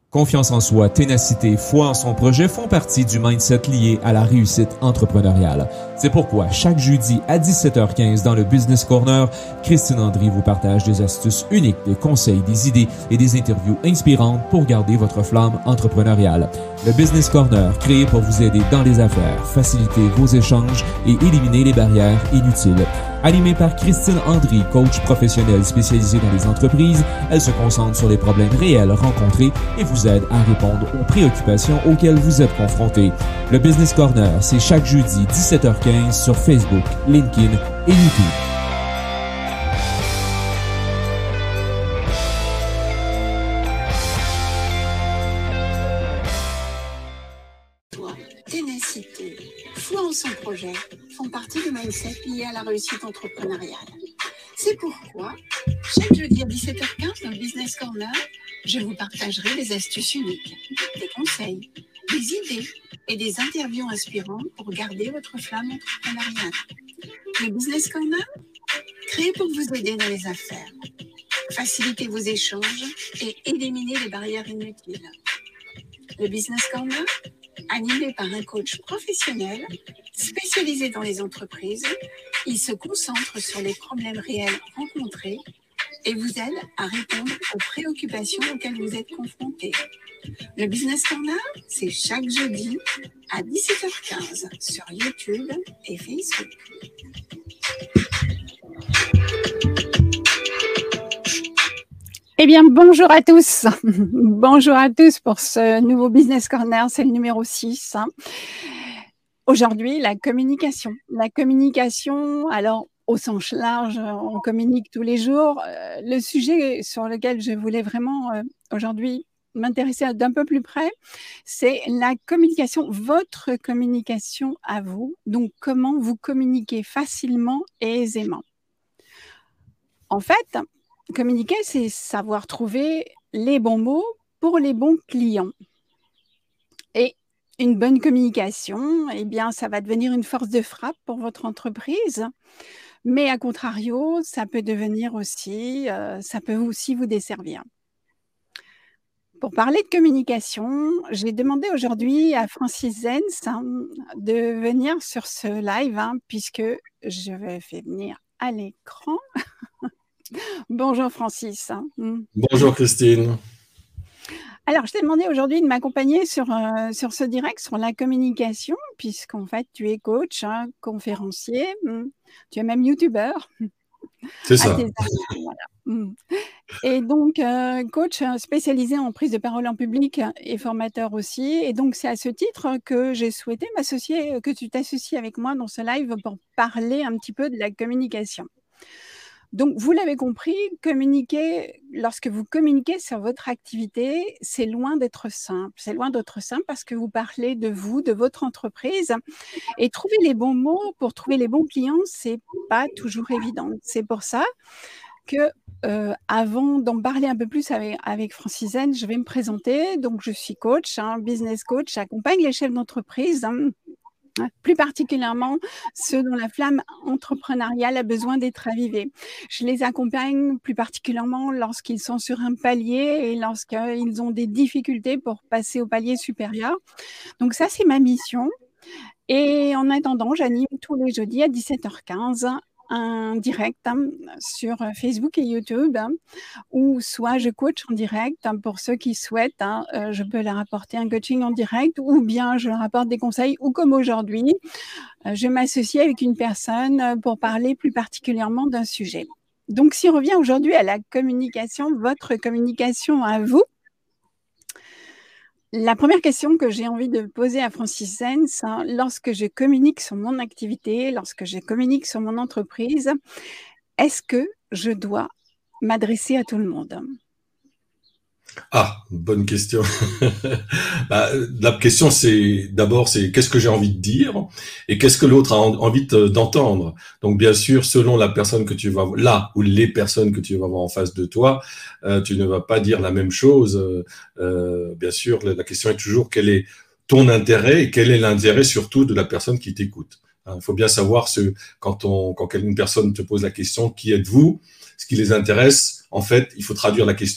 Confiance en soi, ténacité, foi en son projet font partie du mindset lié à la réussite entrepreneuriale. C'est pourquoi chaque jeudi à 17h15 dans le Business Corner, Christine Andry vous partage des astuces uniques, des conseils, des idées et des interviews inspirantes pour garder votre flamme entrepreneuriale. Le Business Corner, créé pour vous aider dans les affaires, faciliter vos échanges et éliminer les barrières inutiles. Animée par Christine Andry, coach professionnelle spécialisée dans les entreprises, elle se concentre sur les problèmes réels rencontrés et vous aide à répondre aux préoccupations auxquelles vous êtes confrontés. Le Business Corner, c'est chaque jeudi 17h15 sur Facebook, LinkedIn et YouTube. Ténacité, foi en son projet font partie du mindset lié à la réussite entrepreneuriale. C'est pourquoi, chaque jeudi à 17h15 dans le Business Corner, je vous partagerai des astuces uniques, des conseils, des idées et des interviews inspirantes pour garder votre flamme entrepreneuriale. Le Business Corner, créé pour vous aider dans les affaires, faciliter vos échanges et éliminer les barrières inutiles. Le Business Corner, animé par un coach professionnel spécialisé dans les entreprises, il se concentre sur les problèmes réels rencontrés et vous aide à répondre aux préoccupations auxquelles vous êtes confrontés. Le Business Corner, c'est chaque jeudi à 17h15 sur YouTube et Facebook. Eh bien, bonjour à tous. Bonjour à tous pour ce nouveau Business Corner, c'est le numéro 6. Aujourd'hui, la communication. La communication, alors au sens large, on communique tous les jours. Le sujet sur lequel je voulais vraiment aujourd'hui m'intéresser d'un peu plus près, c'est la communication, votre communication à vous. Donc, comment vous communiquez facilement et aisément. En fait, communiquer, c'est savoir trouver les bons mots pour les bons clients. Et une bonne communication, eh bien, ça va devenir une force de frappe pour votre entreprise. Mais à contrario, ça peut devenir aussi, ça peut aussi vous desservir. Pour parler de communication, j'ai demandé aujourd'hui à Francis Zenz de venir sur ce live, puisque je vais faire venir à l'écran. Bonjour Francis. Bonjour Christine. Alors, je t'ai demandé aujourd'hui de m'accompagner sur ce direct sur la communication, puisqu'en fait, tu es coach, conférencier, tu es même youtubeur. C'est ça. Voilà. Et donc, coach spécialisé en prise de parole en public et formateur aussi. Et donc, c'est à ce titre que j'ai souhaité m'associer, que tu t'associes avec moi dans ce live pour parler un petit peu de la communication. Donc, vous l'avez compris, communiquer, lorsque vous communiquez sur votre activité, c'est loin d'être simple. C'est loin d'être simple parce que vous parlez de vous, de votre entreprise. Et trouver les bons mots pour trouver les bons clients, c'est pas toujours évident. C'est pour ça que, avant d'en parler un peu plus avec Francis Zenz, je vais me présenter. Donc, je suis coach, business coach. J'accompagne les chefs d'entreprise, plus particulièrement ceux dont la flamme entrepreneuriale a besoin d'être ravivée. Je les accompagne plus particulièrement lorsqu'ils sont sur un palier et lorsqu'ils ont des difficultés pour passer au palier supérieur. Donc ça, c'est ma mission. Et en attendant, j'anime tous les jeudis à 17h15 un direct sur Facebook et YouTube, ou soit je coach en direct pour ceux qui souhaitent. Je peux leur apporter un coaching en direct, ou bien je leur apporte des conseils, ou comme aujourd'hui, je m'associe avec une personne pour parler plus particulièrement d'un sujet. Donc, si on revient aujourd'hui à la communication, votre communication à vous, la première question que j'ai envie de poser à Francis Zenz, lorsque je communique sur mon activité, lorsque je communique sur mon entreprise, est-ce que je dois m'adresser à tout le monde? Ah, bonne question. La question, c'est qu'est-ce que j'ai envie de dire et qu'est-ce que l'autre a envie d'entendre. Donc, bien sûr, selon la personne que tu vas là ou les personnes que tu vas voir en face de toi, tu ne vas pas dire la même chose. Bien sûr, la question est toujours quel est ton intérêt et quel est l'intérêt surtout de la personne qui t'écoute. Il faut bien savoir quand une personne te pose la question, qui êtes-vous? Ce qui les intéresse, en fait, il faut traduire la question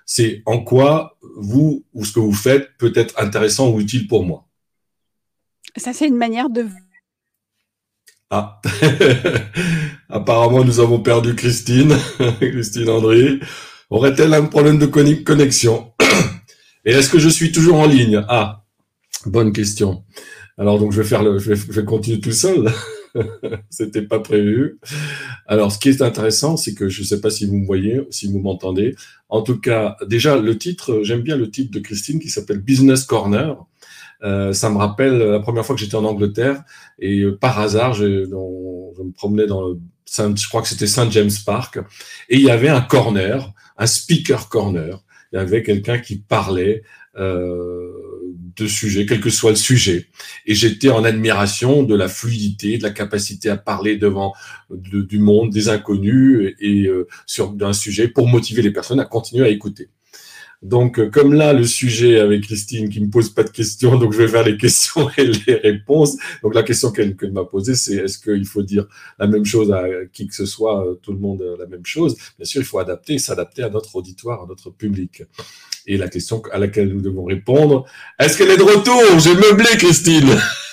C'est en quoi vous ou ce que vous faites peut être intéressant ou utile pour moi. Ça, c'est une manière de... Ah, apparemment nous avons perdu Christine, Christine André. Aurait-elle un problème de connexion? Et est-ce que je suis toujours en ligne? Ah, bonne question. Alors donc je vais continuer tout seul. C'était pas prévu. Alors ce qui est intéressant, c'est que je ne sais pas si vous me voyez, si vous m'entendez. En tout cas, déjà le titre, j'aime bien le titre de Christine qui s'appelle Business Corner. Ça me rappelle la première fois que j'étais en Angleterre et par hasard, je me promenais je crois que c'était Saint James Park, et il y avait un corner, un speaker corner. Il y avait quelqu'un qui parlait de sujets, quel que soit le sujet. Et j'étais en admiration de la fluidité, de la capacité à parler devant du monde, des inconnus et sur d'un sujet pour motiver les personnes à continuer à écouter. Donc, comme là, le sujet avec Christine qui me pose pas de questions, donc je vais faire les questions et les réponses. Donc, la question qu'elle m'a posée, c'est est-ce qu'il faut dire la même chose à qui que ce soit, tout le monde la même chose? Bien sûr, il faut s'adapter à notre auditoire, à notre public. Et la question à laquelle nous devons répondre, est-ce qu'elle est de retour? J'ai meublé, Christine.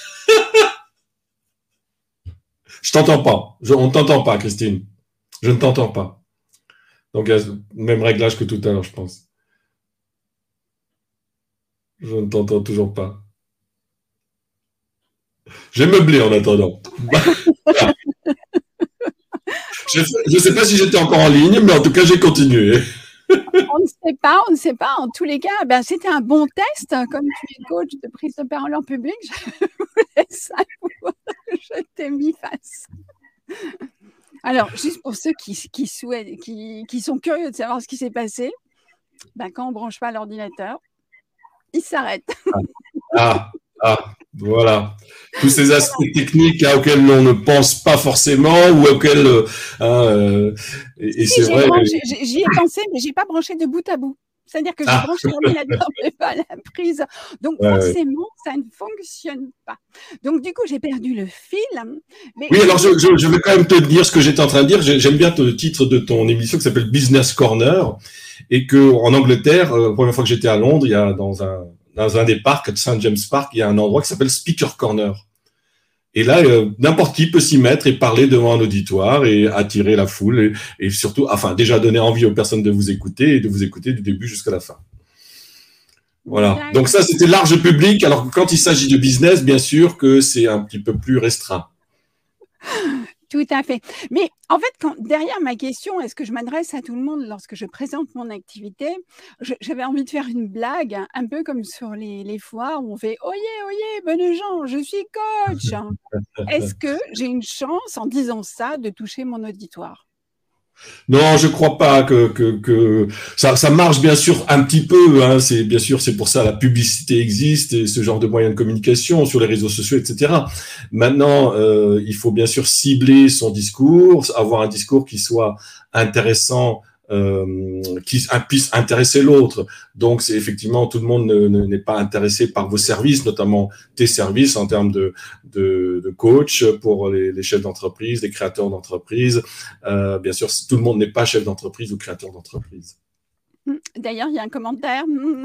Je t'entends pas. On ne t'entend pas, Christine. Je ne t'entends pas. Donc, il y a le même réglage que tout à l'heure, je pense. Je ne t'entends toujours pas. J'ai meublé en attendant. Je ne sais pas si j'étais encore en ligne, mais en tout cas, j'ai continué. On ne sait pas. En tous les cas, c'était un bon test. Comme tu es coach de prise de parole en public, je voulais savoir. Je t'ai mis face. Alors, juste pour ceux qui sont curieux de savoir ce qui s'est passé, quand on ne branche pas l'ordinateur, il s'arrête. Voilà. Tous ces aspects techniques auxquels on ne pense pas forcément ou auxquels... c'est vrai. J'y ai pensé, mais je n'ai pas branché de bout à bout. C'est-à-dire que j'ai branché l'ordinateur, mais pas la prise. Donc, forcément, ça ne fonctionne pas. Donc, du coup, j'ai perdu le fil. Mais... Oui, alors je vais quand même te dire ce que j'étais en train de dire. J'aime bien le titre de ton émission qui s'appelle Business Corner. Et que en Angleterre, la première fois que j'étais à Londres, il y a dans un des parcs de Saint James Park, il y a un endroit qui s'appelle Speaker Corner. Et là, n'importe qui peut s'y mettre et parler devant un auditoire et attirer la foule et surtout, déjà donner envie aux personnes de vous écouter et de vous écouter du début jusqu'à la fin. Voilà. Donc ça, c'était large public. Alors quand il s'agit de business, bien sûr que c'est un petit peu plus restreint. Tout à fait. Mais en fait, derrière ma question, est-ce que je m'adresse à tout le monde lorsque je présente mon activité, j'avais envie de faire une blague, un peu comme sur les foires où on fait « Oyez, bonnes gens, je suis coach !» Est-ce que j'ai une chance, en disant ça, de toucher mon auditoire? Non, je crois pas que ça marche bien sûr un petit peu. Hein, c'est pour ça la publicité existe et ce genre de moyens de communication sur les réseaux sociaux, etc. Maintenant, il faut bien sûr cibler son discours, avoir un discours qui soit intéressant, qui puisse intéresser l'autre. Donc, c'est effectivement tout le monde n'est pas intéressé par vos services, notamment tes services en termes de coach pour les chefs d'entreprise, les créateurs d'entreprise. Bien sûr, tout le monde n'est pas chef d'entreprise ou créateur d'entreprise. D'ailleurs, il y a un commentaire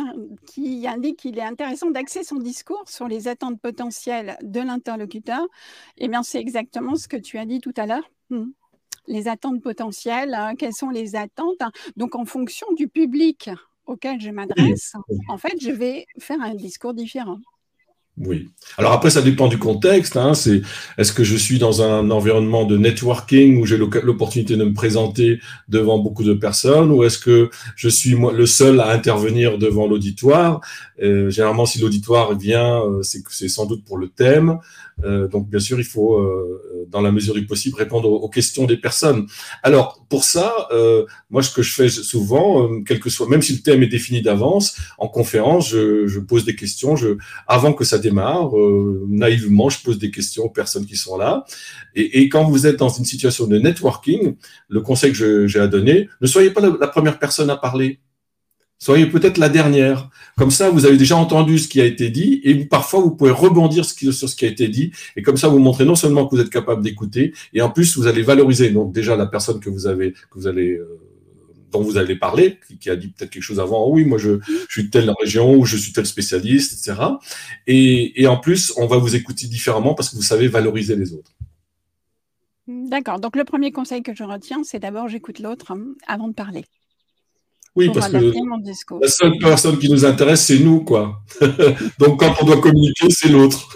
qui indique qu'il est intéressant d'axer son discours sur les attentes potentielles de l'interlocuteur. Eh bien, c'est exactement ce que tu as dit tout à l'heure. Les attentes potentielles, quelles sont les attentes? Donc, en fonction du public auquel je m'adresse, en fait, je vais faire un discours différent. Oui. Alors après, ça dépend du contexte. Hein. Est-ce que je suis dans un environnement de networking où j'ai l'opportunité de me présenter devant beaucoup de personnes, ou est-ce que je suis moi le seul à intervenir devant l'auditoire? Généralement, si l'auditoire vient, c'est sans doute pour le thème. Donc, bien sûr, il faut, dans la mesure du possible, répondre aux questions des personnes. Alors, pour ça, moi, ce que je fais souvent, quel que soit, même si le thème est défini d'avance, en conférence, je pose des questions. Avant que ça démarre, naïvement, je pose des questions aux personnes qui sont là. Et quand vous êtes dans une situation de networking, le conseil que j'ai à donner, ne soyez pas la première personne à parler. Soyez peut-être la dernière. Comme ça, vous avez déjà entendu ce qui a été dit et parfois, vous pouvez rebondir sur ce qui a été dit. Et comme ça, vous montrez non seulement que vous êtes capable d'écouter et en plus, vous allez valoriser donc déjà la personne que vous allez dont vous allez parler, qui a dit peut-être quelque chose avant. Oui, moi je suis de telle région ou je suis tel spécialiste, etc. Et en plus, on va vous écouter différemment parce que vous savez valoriser les autres. D'accord. Donc, le premier conseil que je retiens, c'est d'abord j'écoute l'autre avant de parler. Oui, Pour parce que adapter mon discours. la seule personne qui nous intéresse, c'est nous, quoi. Donc, quand on doit communiquer, c'est l'autre.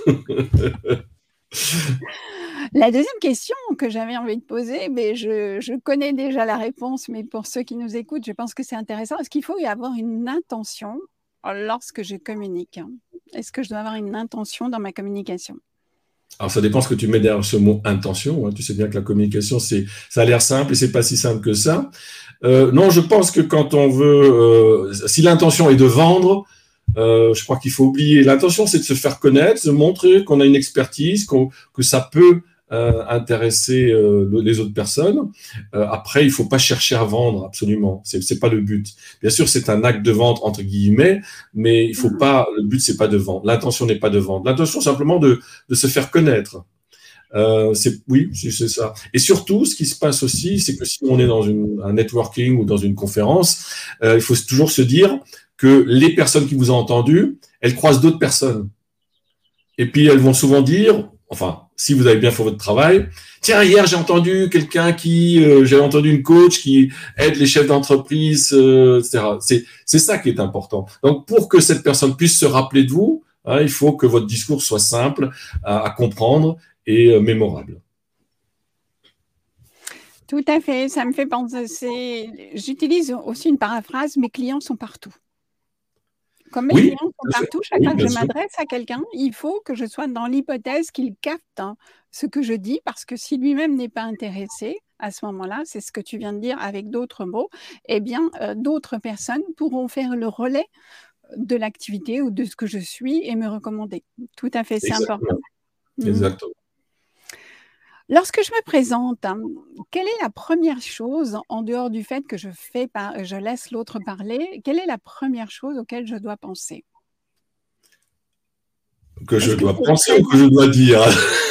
La deuxième question que j'avais envie de poser, mais je connais déjà la réponse, mais pour ceux qui nous écoutent, je pense que c'est intéressant. Est-ce qu'il faut y avoir une intention lorsque je communique? Est-ce que je dois avoir une intention dans ma communication? Alors, ça dépend ce que tu mets derrière ce mot intention. Hein. Tu sais bien que la communication, ça a l'air simple et c'est pas si simple que ça. Non, je pense que quand on veut, si l'intention est de vendre, je crois qu'il faut oublier. L'intention, c'est de se faire connaître, de montrer qu'on a une expertise, que ça peut intéresser les autres personnes. Après, il faut pas chercher à vendre, absolument. C'est pas le but. Bien sûr, c'est un acte de vente entre guillemets, mais il faut pas. Le but, c'est pas de vendre. L'intention n'est pas de vendre. L'intention, simplement de se faire connaître. Oui, c'est ça. Et surtout, ce qui se passe aussi, c'est que si on est dans un networking ou dans une conférence, il faut toujours se dire que les personnes qui vous ont entendu, elles croisent d'autres personnes. Et puis, elles vont souvent dire, enfin, si vous avez bien fait votre travail, tiens, hier, j'ai entendu quelqu'un j'ai entendu une coach qui aide les chefs d'entreprise, etc. C'est ça qui est important. Donc, pour que cette personne puisse se rappeler de vous, hein, il faut que votre discours soit simple à comprendre et mémorable. Tout à fait. Ça me fait penser, j'utilise aussi une paraphrase, mes clients sont partout. Comme mes clients sont partout, chaque fois que je m'adresse à quelqu'un, il faut que je sois dans l'hypothèse qu'il capte ce que je dis, parce que si lui-même n'est pas intéressé, à ce moment-là, c'est ce que tu viens de dire avec d'autres mots, eh bien, d'autres personnes pourront faire le relais de l'activité ou de ce que je suis et me recommander. Tout à fait, c'est important. Exactement. Lorsque je me présente, quelle est la première chose, en dehors du fait que je laisse l'autre parler, quelle est la première chose auquel je dois penser? Que je dois penser ou que je dois dire?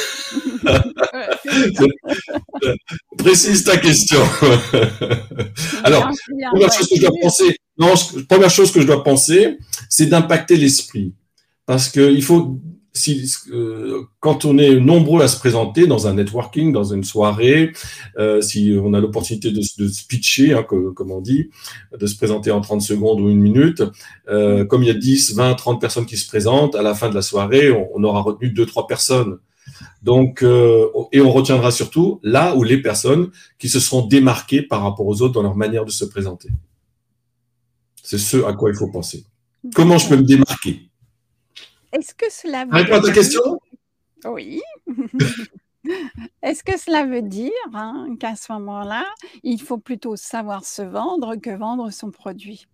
Précise ta question. Alors, première chose que je dois penser, c'est d'impacter l'esprit. Parce que il faut, quand on est nombreux à se présenter dans un networking, dans une soirée, si on a l'opportunité de se pitcher, hein, comme on dit, de se présenter en 30 secondes ou une minute, comme il y a 10, 20, 30 personnes qui se présentent, à la fin de la soirée, on aura retenu 2-3 personnes. Donc, et on retiendra surtout là où les personnes qui se seront démarquées par rapport aux autres dans leur manière de se présenter. C'est ce à quoi il faut penser. Comment je peux me démarquer? Est-ce que cela veut Réponds à ta question? Oui. Est-ce que cela veut dire qu'à ce moment-là, il faut plutôt savoir se vendre que vendre son produit?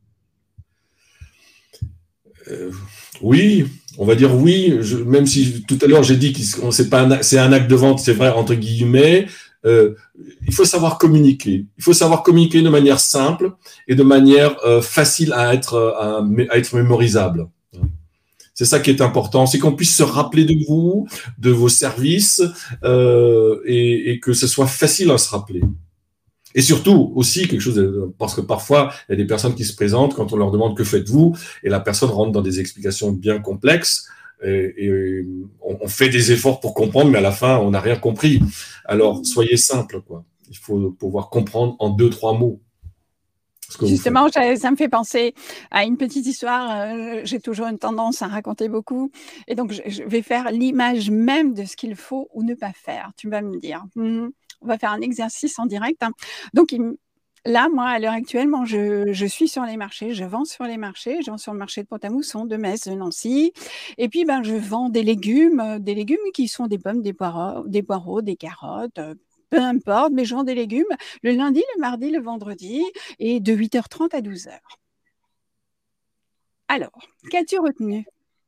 Oui, on va dire oui, même si tout à l'heure j'ai dit que c'est un acte de vente, c'est vrai, entre guillemets, il faut savoir communiquer. Il faut savoir communiquer de manière simple et de manière facile à être mémorisable. C'est ça qui est important, c'est qu'on puisse se rappeler de vous, de vos services, et que ce soit facile à se rappeler. Et surtout aussi quelque chose, parce que parfois il y a des personnes qui se présentent quand on leur demande que faites-vous, et la personne rentre dans des explications bien complexes, et on fait des efforts pour comprendre, mais à la fin on n'a rien compris. Alors soyez simple, quoi. Il faut pouvoir comprendre en 2-3 mots. Justement, ça me fait penser à une petite histoire. J'ai toujours une tendance à raconter beaucoup. Et donc, je vais faire l'image même de ce qu'il faut ou ne pas faire. Tu vas me dire. On va faire un exercice en direct. Donc, là, moi, à l'heure actuelle, je suis sur les marchés. Je vends sur les marchés. Je vends sur le marché de Pont-à-Mousson, de Metz, de Nancy. Et puis, je vends des légumes qui sont des pommes, des poireaux, des carottes, peu importe, mais je vends des légumes le lundi, le mardi, le vendredi et de 8h30 à 12h. Alors, qu'as-tu retenu?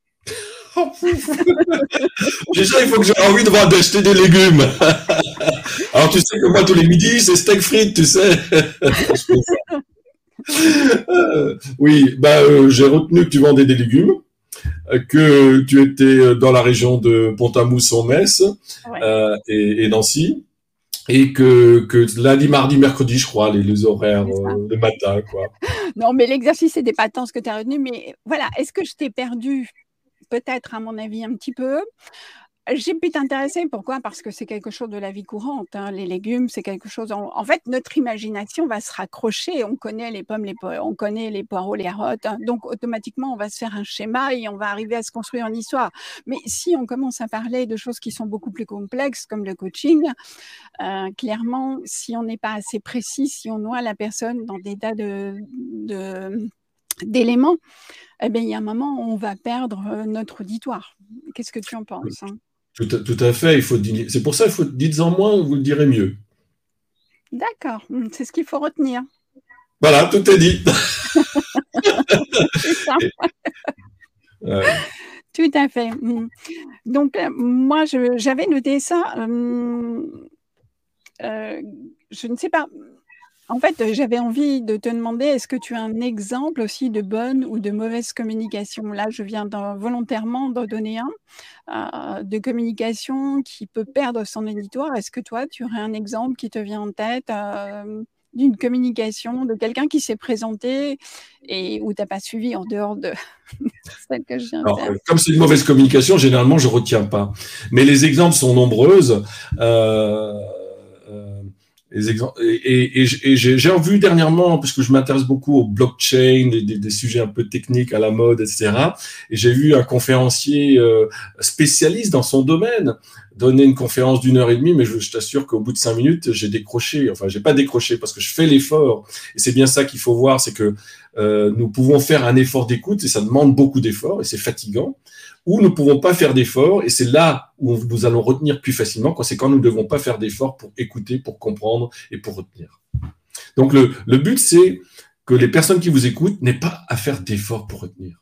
Déjà, il faut que j'ai envie d'acheter des légumes. Alors, tu sais que moi, tous les midis, c'est steak frites, tu sais. Oui, j'ai retenu que tu vendais des légumes, que tu étais dans la région de Pont-à-Mousson, Metz, et Nancy. et que lundi, mardi, mercredi, je crois, les horaires C'est ça. le matin, quoi. Non, mais l'exercice, c'était pas tant ce que tu as retenu, mais voilà, est-ce que je t'ai perdu? Peut-être, à mon avis, un petit peu. J'ai pu t'intéresser, pourquoi? Parce que c'est quelque chose de la vie courante, hein. Les légumes, c'est quelque chose. En fait, notre imagination va se raccrocher. On connaît les pommes, on connaît les poireaux, les carottes, hein. Donc, automatiquement, on va se faire un schéma et on va arriver à se construire une histoire. Mais si on commence à parler de choses qui sont beaucoup plus complexes, comme le coaching, clairement, si on n'est pas assez précis, si on noie la personne dans des tas d'éléments, eh bien, il y a un moment où on va perdre notre auditoire. Qu'est-ce que tu en penses, hein? Tout à fait. C'est pour ça, dites-en moins, vous le direz mieux. D'accord, c'est ce qu'il faut retenir. Voilà, tout est dit. C'est ça. Ouais. Tout à fait. Donc, moi, j'avais noté ça. Je ne sais pas. En fait, j'avais envie de te demander, est-ce que tu as un exemple aussi de bonne ou de mauvaise communication? Là, je viens volontairement d'en donner un de communication qui peut perdre son auditoire. Est-ce que toi, tu aurais un exemple qui te vient en tête d'une communication de quelqu'un qui s'est présenté et où tu n'as pas suivi en dehors de celle que je viens de Alors, faire? comme c'est une mauvaise communication, généralement, je retiens pas. Mais les exemples sont nombreuses. Les exemples, et j'ai vu dernièrement, parce que je m'intéresse beaucoup au blockchain, des sujets un peu techniques à la mode, etc. Et j'ai vu un conférencier spécialiste dans son domaine donner une conférence d'1 heure et demie, mais je t'assure qu'au bout de 5 minutes, j'ai décroché. Enfin, j'ai pas décroché parce que je fais l'effort. Et c'est bien ça qu'il faut voir, c'est que nous pouvons faire un effort d'écoute et ça demande beaucoup d'efforts et c'est fatigant. Ou nous ne pouvons pas faire d'efforts, et c'est là où nous allons retenir plus facilement, c'est quand nous ne devons pas faire d'efforts pour écouter, pour comprendre et pour retenir. Donc le but, c'est que les personnes qui vous écoutent n'aient pas à faire d'efforts pour retenir.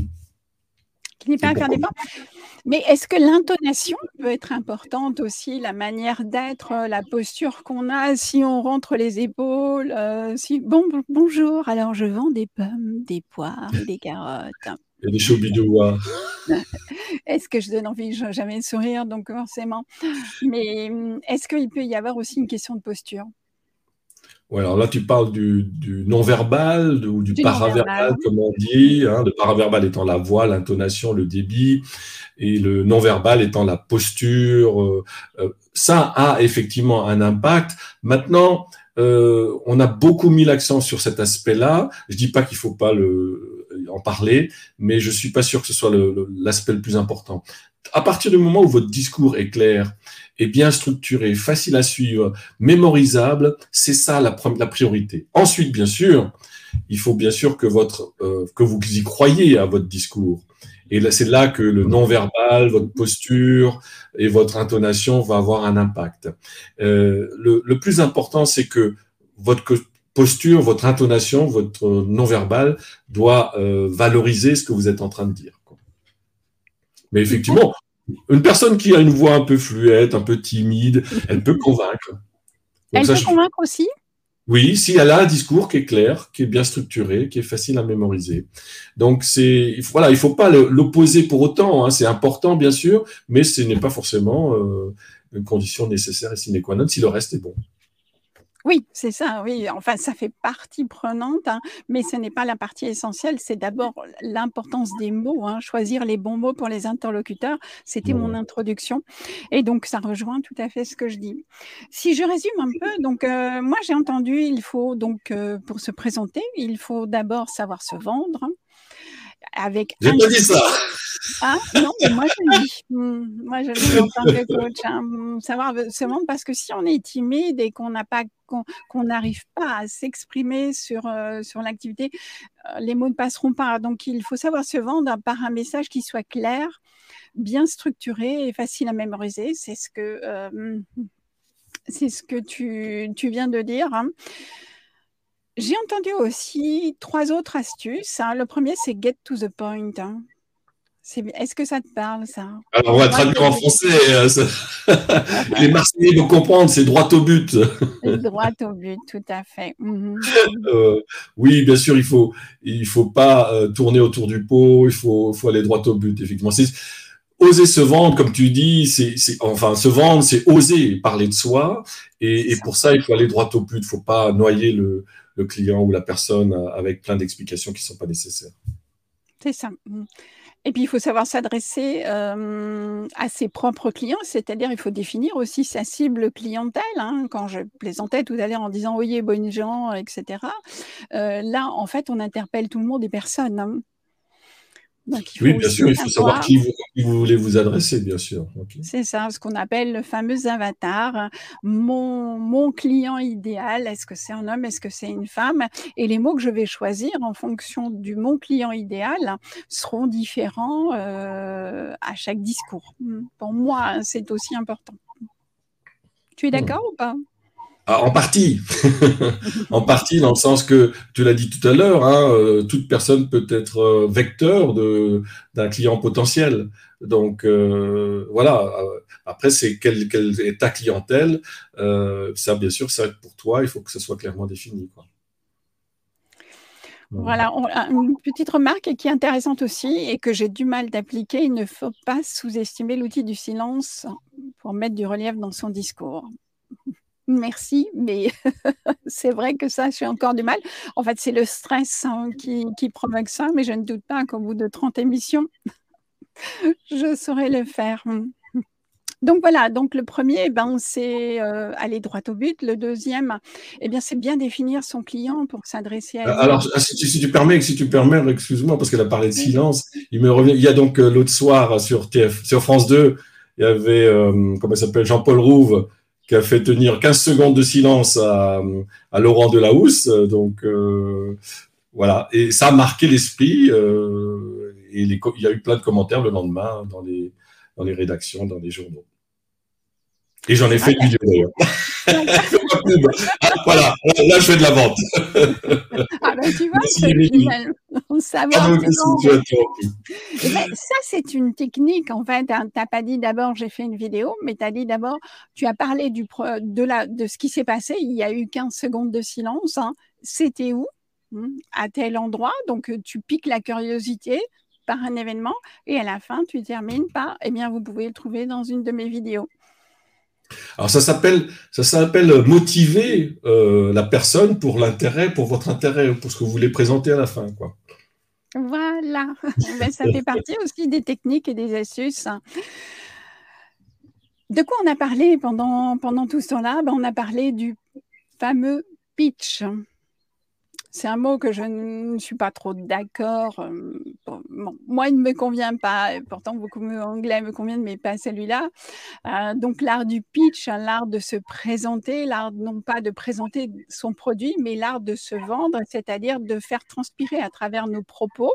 Qui n'est pas à faire d'efforts. Mais est-ce que l'intonation peut être importante aussi, la manière d'être, la posture qu'on a, si on rentre les épaules, bonjour, alors je vends des pommes, des poires et des carottes. Il y a des choubidouas. Est-ce que je donne envie? J'avais le sourire, donc forcément. Mais est-ce qu'il peut y avoir aussi une question de posture? Ouais, alors là, tu parles du non-verbal ou du paraverbal, comme on dit. Hein, le paraverbal étant la voix, l'intonation, le débit, et le non-verbal étant la posture. Ça a effectivement un impact. Maintenant, on a beaucoup mis l'accent sur cet aspect-là. Je dis pas qu'il faut pas en parler, mais je suis pas sûr que ce soit l'aspect le plus important. À partir du moment où votre discours est clair, est bien structuré, facile à suivre, mémorisable, c'est ça la priorité. Ensuite, bien sûr, il faut bien sûr que vous y croyez à votre discours. Et là, c'est là que le non-verbal, votre posture et votre intonation va avoir un impact. Le plus important, c'est que votre posture, votre intonation, votre non-verbal doit valoriser ce que vous êtes en train de dire. Mais effectivement, une personne qui a une voix un peu fluette, un peu timide, elle peut convaincre. Donc, elle peut convaincre aussi? Oui, si elle a un discours qui est clair, qui est bien structuré, qui est facile à mémoriser. Donc il faut pas l'opposer pour autant. Hein. C'est important, bien sûr, mais ce n'est pas forcément une condition nécessaire et sine qua non si le reste est bon. Oui, c'est ça, oui. Enfin, ça fait partie prenante, hein, mais ce n'est pas la partie essentielle. C'est d'abord l'importance des mots, hein, choisir les bons mots pour les interlocuteurs. C'était mon introduction. Et donc, ça rejoint tout à fait ce que je dis. Si je résume un peu, donc, moi, j'ai entendu, il faut donc, pour se présenter, il faut d'abord savoir se vendre. J'ai pas dit ça. Ah non, mais moi je le dis. Moi je le dis en tant que coach, hein, savoir se vendre, parce que si on est timide et qu'on n'arrive pas à s'exprimer sur l'activité, les mots ne passeront pas. Donc il faut savoir se vendre par un message qui soit clair, bien structuré et facile à mémoriser. C'est ce que tu viens de dire, hein. J'ai entendu aussi 3 autres astuces, hein. Le premier, c'est get to the point, hein. Est-ce que ça te parle, ça? Alors, on va traduire en français. Les Marseillais vont comprendre, c'est droit au but. Droit au but, tout à fait. Oui, bien sûr, il faut pas tourner autour du pot, il faut aller droit au but, effectivement. oser se vendre, comme tu dis, enfin, se vendre, c'est oser parler de soi. Et pour ça, il faut aller droit au but. Il ne faut pas noyer le client ou la personne avec plein d'explications qui ne sont pas nécessaires. C'est ça. Et puis, il faut savoir s'adresser à ses propres clients, c'est-à-dire il faut définir aussi sa cible clientèle. Hein. Quand je plaisantais tout à l'heure en disant « Oyez, bonnes gens », etc. Là, en fait, on interpelle tout le monde et personne. Hein. Donc, il Oui, faut bien aussi sûr, il faut savoir savoir. qui vous voulez vous adresser, bien sûr. Okay. C'est ça, ce qu'on appelle le fameux avatar. Mon client idéal, est-ce que c'est un homme, est-ce que c'est une femme? Et les mots que je vais choisir en fonction du mon client idéal seront différents à chaque discours. Pour moi, c'est aussi important. Tu es d'accord ou pas? Ah, en partie, en partie dans le sens que tu l'as dit tout à l'heure, hein, toute personne peut être vecteur d'un client potentiel. Donc voilà. Après, c'est quelle est ta clientèle. Ça, bien sûr, ça pour toi, il faut que ce soit clairement défini, quoi. Voilà, une petite remarque qui est intéressante aussi et que j'ai du mal d'appliquer, il ne faut pas sous-estimer l'outil du silence pour mettre du relief dans son discours. Merci, mais c'est vrai que ça, j'ai encore du mal. En fait, c'est le stress qui provoque ça, mais je ne doute pas qu'au bout de 30 émissions, je saurai le faire. Donc voilà, donc le premier, c'est aller droit au but. Le deuxième, c'est bien définir son client pour s'adresser à lui. Alors, si tu permets, excuse-moi, parce qu'elle a parlé de silence, il me revient. Il y a donc l'autre soir sur France 2, il y avait, comment il s'appelle, Jean-Paul Rouve, qui a fait tenir 15 secondes de silence à Laurent Delahousse. Donc, voilà. Et ça a marqué l'esprit. Et il y a eu plein de commentaires le lendemain dans les rédactions, dans les journaux. Et j'en ai fait une vidéo d'ailleurs. Voilà, là je fais de la vente. Ah ben tu vois, savoir ça c'est une technique en fait. T'as pas dit d'abord j'ai fait une vidéo, mais tu as dit d'abord, tu as parlé de ce qui s'est passé. Il y a eu 15 secondes de silence. Hein. C'était où? À tel endroit. Donc tu piques la curiosité par un événement et à la fin tu termines par vous pouvez le trouver dans une de mes vidéos. Alors ça s'appelle motiver la personne pour votre intérêt, pour ce que vous voulez présenter à la fin, quoi. Voilà, ça fait partie aussi des techniques et des astuces. De quoi on a parlé pendant tout ce temps-là? On a parlé du fameux pitch. C'est un mot que je ne suis pas trop d'accord. Moi, il ne me convient pas. Pourtant, beaucoup d'anglais me conviennent, mais pas celui-là. Donc, l'art du pitch, l'art de se présenter, l'art non pas de présenter son produit, mais l'art de se vendre, c'est-à-dire de faire transpirer à travers nos propos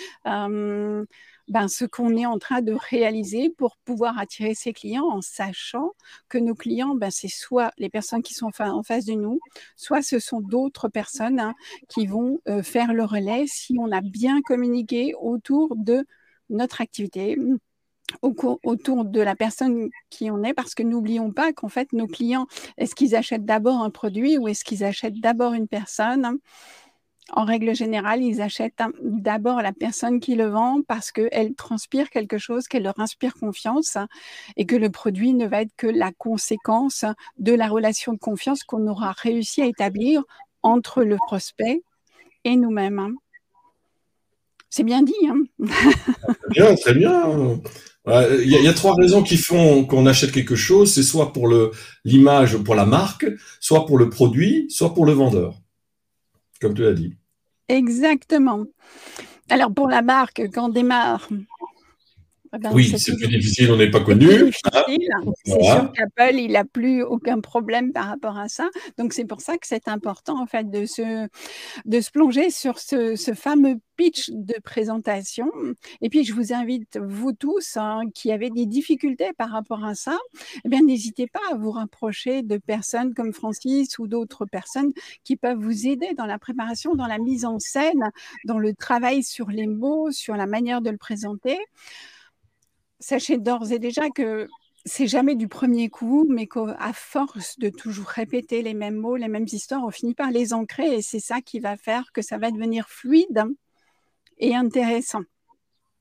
ce qu'on est en train de réaliser pour pouvoir attirer ses clients en sachant que nos clients, c'est soit les personnes qui sont en face de nous, soit ce sont d'autres personnes qui vont faire le relais si on a bien communiqué autour de notre activité, autour de la personne qui on est, parce que n'oublions pas qu'en fait, nos clients, est-ce qu'ils achètent d'abord un produit ou est-ce qu'ils achètent d'abord une personne ? En règle générale, ils achètent d'abord la personne qui le vend parce qu'elle transpire quelque chose, qu'elle leur inspire confiance et que le produit ne va être que la conséquence de la relation de confiance qu'on aura réussi à établir entre le prospect et nous-mêmes. C'est bien dit, hein? Bien, très bien. Il y a 3 raisons qui font qu'on achète quelque chose. C'est soit pour l'image, pour la marque, soit pour le produit, soit pour le vendeur. Comme tu l'as dit. Exactement. Alors, pour la marque, quand on démarre... oui, c'est plus difficile, on n'est pas connu. C'est sûr qu'Apple, il n'a plus aucun problème par rapport à ça. Donc, c'est pour ça que c'est important, en fait, de se plonger sur ce fameux pitch de présentation. Et puis, je vous invite, vous tous, qui avez des difficultés par rapport à ça, n'hésitez pas à vous rapprocher de personnes comme Francis ou d'autres personnes qui peuvent vous aider dans la préparation, dans la mise en scène, dans le travail sur les mots, sur la manière de le présenter. Sachez d'ores et déjà que c'est jamais du premier coup, mais qu'à force de toujours répéter les mêmes mots, les mêmes histoires, on finit par les ancrer et c'est ça qui va faire que ça va devenir fluide et intéressant.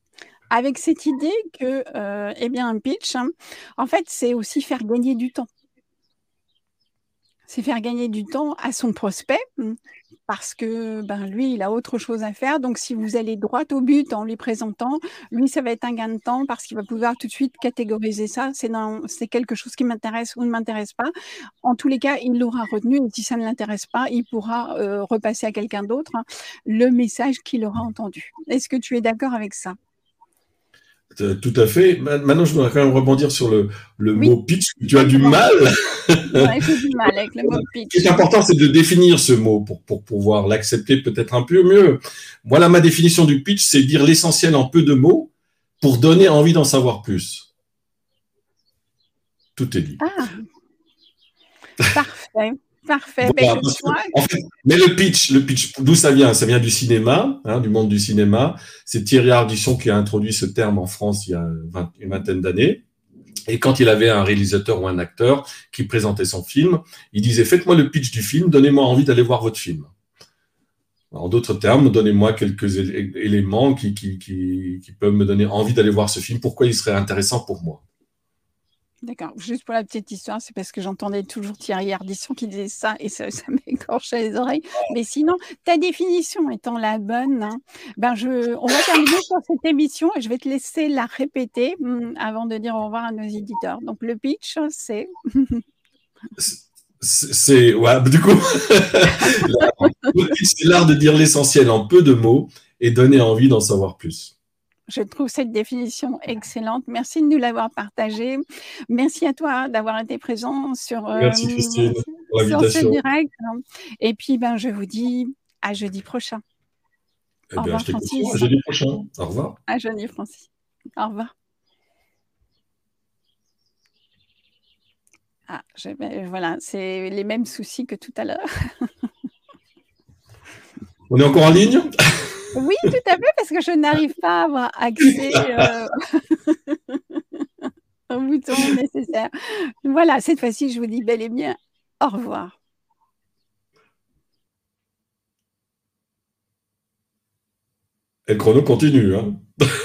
avec cette idée que, eh bien, un pitch, hein, en fait, c'est aussi faire gagner du temps. C'est faire gagner du temps à son prospect, parce que, ben, lui, il a autre chose à faire. Donc si vous allez droit au but en lui présentant, lui, ça va être un gain de temps parce qu'il va pouvoir tout de suite catégoriser ça. C'est quelque chose qui m'intéresse ou ne m'intéresse pas. En tous les cas, il l'aura retenu et si ça ne l'intéresse pas, il pourra, repasser à quelqu'un d'autre, hein, le message qu'il aura entendu. Est-ce que tu es d'accord avec ça? Tout à fait. Maintenant, je voudrais quand même rebondir sur le Oui, mot pitch. Tu as du exactement. mal. Ouais, j'ai du mal avec le mot Ce qui est pitch. important, c'est de définir ce mot pour pouvoir l'accepter peut-être un peu mieux. Voilà, ma définition du pitch, c'est dire l'essentiel en peu de mots pour donner envie d'en savoir plus. Tout est dit. Ah, parfait, parfait. Ben, Voilà, tu vois? en fait, mais le pitch, d'où ça vient? Ça vient du cinéma, hein, du monde du cinéma. C'est Thierry Ardisson qui a introduit ce terme en France il y a une vingtaine d'années. Et quand il avait un réalisateur ou un acteur qui présentait son film, il disait faites-moi le pitch du film, donnez-moi envie d'aller voir votre film. En d'autres termes, donnez-moi quelques éléments qui peuvent me donner envie d'aller voir ce film. Pourquoi il serait intéressant pour moi? D'accord. Juste pour la petite histoire, c'est parce que j'entendais toujours Thierry Ardisson qui disait ça et ça m'écorchait les oreilles. Mais sinon, ta définition étant la bonne, hein, ben on va terminer sur cette émission et je vais te laisser la répéter avant de dire au revoir à nos éditeurs. Donc, le pitch, c'est… Ouais, du coup, c'est l'art de dire l'essentiel en peu de mots et donner envie d'en savoir plus. Je trouve cette définition excellente. Merci de nous l'avoir partagée. Merci à toi d'avoir été présent Merci Christine pour sur ce l'invitation. direct. Et puis, ben, je vous dis à jeudi prochain. Eh Au bien, revoir, je t'écoute Francis. à jeudi prochain. Au revoir. À jeudi, Francis. Au revoir. Ah, voilà, c'est les mêmes soucis que tout à l'heure. On est encore en ligne? Oui, tout à fait, parce que je n'arrive pas à avoir accès au bouton nécessaire. Voilà, cette fois-ci, je vous dis bel et bien au revoir. Et le chrono continue, hein.